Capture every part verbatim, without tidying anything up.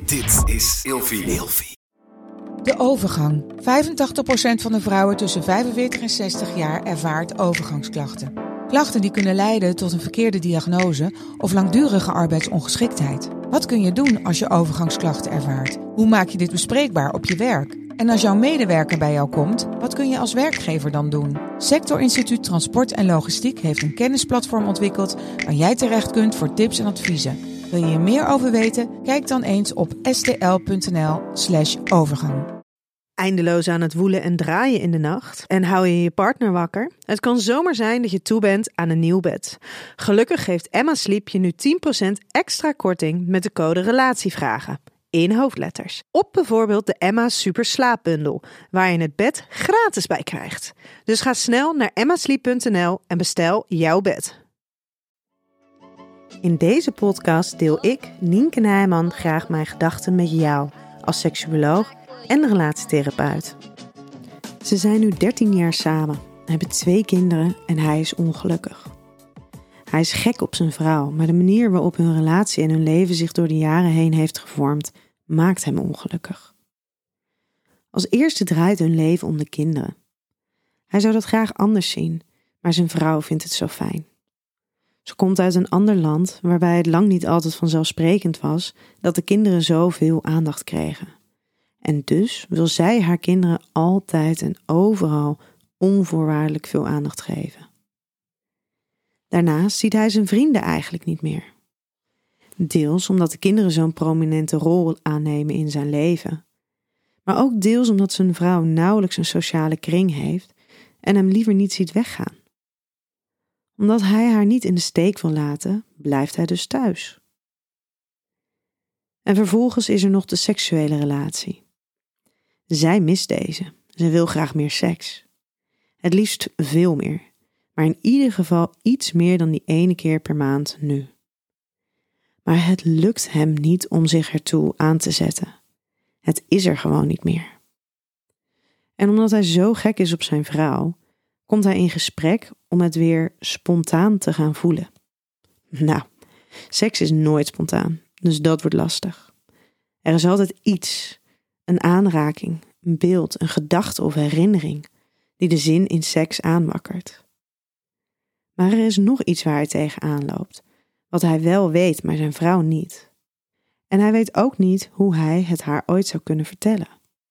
Dit is Ilfie. De overgang. vijfentachtig procent van de vrouwen tussen vijfenveertig en zestig jaar ervaart overgangsklachten. Klachten die kunnen leiden tot een verkeerde diagnose of langdurige arbeidsongeschiktheid. Wat kun je doen als je overgangsklachten ervaart? Hoe maak je dit bespreekbaar op je werk? En als jouw medewerker bij jou komt, wat kun je als werkgever dan doen? Sector Instituut Transport en Logistiek heeft een kennisplatform ontwikkeld waar jij terecht kunt voor tips en adviezen. Wil je hier meer over weten? Kijk dan eens op stl.nl slash overgang. Eindeloos aan het woelen en draaien in de nacht en hou je je partner wakker? Het kan zomaar zijn dat je toe bent aan een nieuw bed. Gelukkig geeft Emma Sleep je nu tien procent extra korting met de code RELATIEVRAGEN. In hoofdletters. Op bijvoorbeeld de Emma Super Slaapbundel, waar je het bed gratis bij krijgt. Dus ga snel naar emma sleep punt n l en bestel jouw bed. In deze podcast deel ik, Nienke Nijman, graag mijn gedachten met jou als seksuoloog en relatietherapeut. Ze zijn nu dertien jaar samen, hebben twee kinderen en hij is ongelukkig. Hij is gek op zijn vrouw, maar de manier waarop hun relatie en hun leven zich door de jaren heen heeft gevormd, maakt hem ongelukkig. Als eerste draait hun leven om de kinderen. Hij zou dat graag anders zien, maar zijn vrouw vindt het zo fijn. Ze komt uit een ander land waarbij het lang niet altijd vanzelfsprekend was dat de kinderen zoveel aandacht kregen. En dus wil zij haar kinderen altijd en overal onvoorwaardelijk veel aandacht geven. Daarnaast ziet hij zijn vrienden eigenlijk niet meer. Deels omdat de kinderen zo'n prominente rol aannemen in zijn leven. Maar ook deels omdat zijn vrouw nauwelijks een sociale kring heeft en hem liever niet ziet weggaan. Omdat hij haar niet in de steek wil laten, blijft hij dus thuis. En vervolgens is er nog de seksuele relatie. Zij mist deze. Ze wil graag meer seks. Het liefst veel meer. Maar in ieder geval iets meer dan die ene keer per maand nu. Maar het lukt hem niet om zich ertoe aan te zetten. Het is er gewoon niet meer. En omdat hij zo gek is op zijn vrouw, komt hij in gesprek om het weer spontaan te gaan voelen. Nou, seks is nooit spontaan, dus dat wordt lastig. Er is altijd iets, een aanraking, een beeld, een gedachte of herinnering, die de zin in seks aanwakkert. Maar er is nog iets waar hij tegenaan loopt, wat hij wel weet, maar zijn vrouw niet. En hij weet ook niet hoe hij het haar ooit zou kunnen vertellen.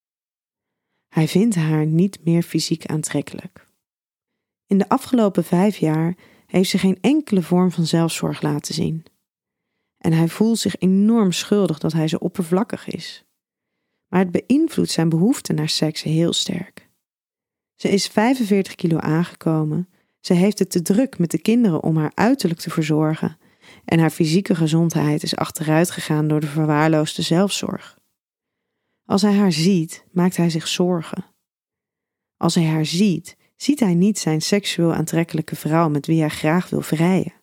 Hij vindt haar niet meer fysiek aantrekkelijk. In de afgelopen vijf jaar heeft ze geen enkele vorm van zelfzorg laten zien. En hij voelt zich enorm schuldig dat hij zo oppervlakkig is. Maar het beïnvloedt zijn behoefte naar seks heel sterk. Ze is vijfenveertig kilo aangekomen. Ze heeft het te druk met de kinderen om haar uiterlijk te verzorgen. En haar fysieke gezondheid is achteruit gegaan door de verwaarloosde zelfzorg. Als hij haar ziet, maakt hij zich zorgen. Als hij haar ziet, ziet hij niet zijn seksueel aantrekkelijke vrouw met wie hij graag wil vrijen.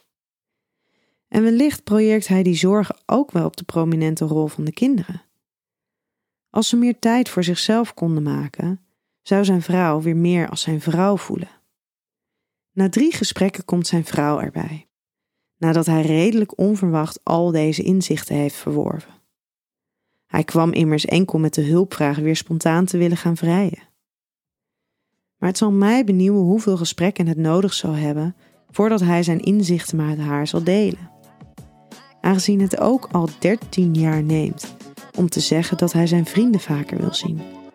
En wellicht projecteert hij die zorgen ook wel op de prominente rol van de kinderen. Als ze meer tijd voor zichzelf konden maken, zou zijn vrouw weer meer als zijn vrouw voelen. Na drie gesprekken komt zijn vrouw erbij, nadat hij redelijk onverwacht al deze inzichten heeft verworven. Hij kwam immers enkel met de hulpvraag weer spontaan te willen gaan vrijen. Maar het zal mij benieuwen hoeveel gesprekken het nodig zal hebben voordat hij zijn inzichten met haar zal delen. Aangezien het ook al dertien jaar neemt om te zeggen dat hij zijn vrienden vaker wil zien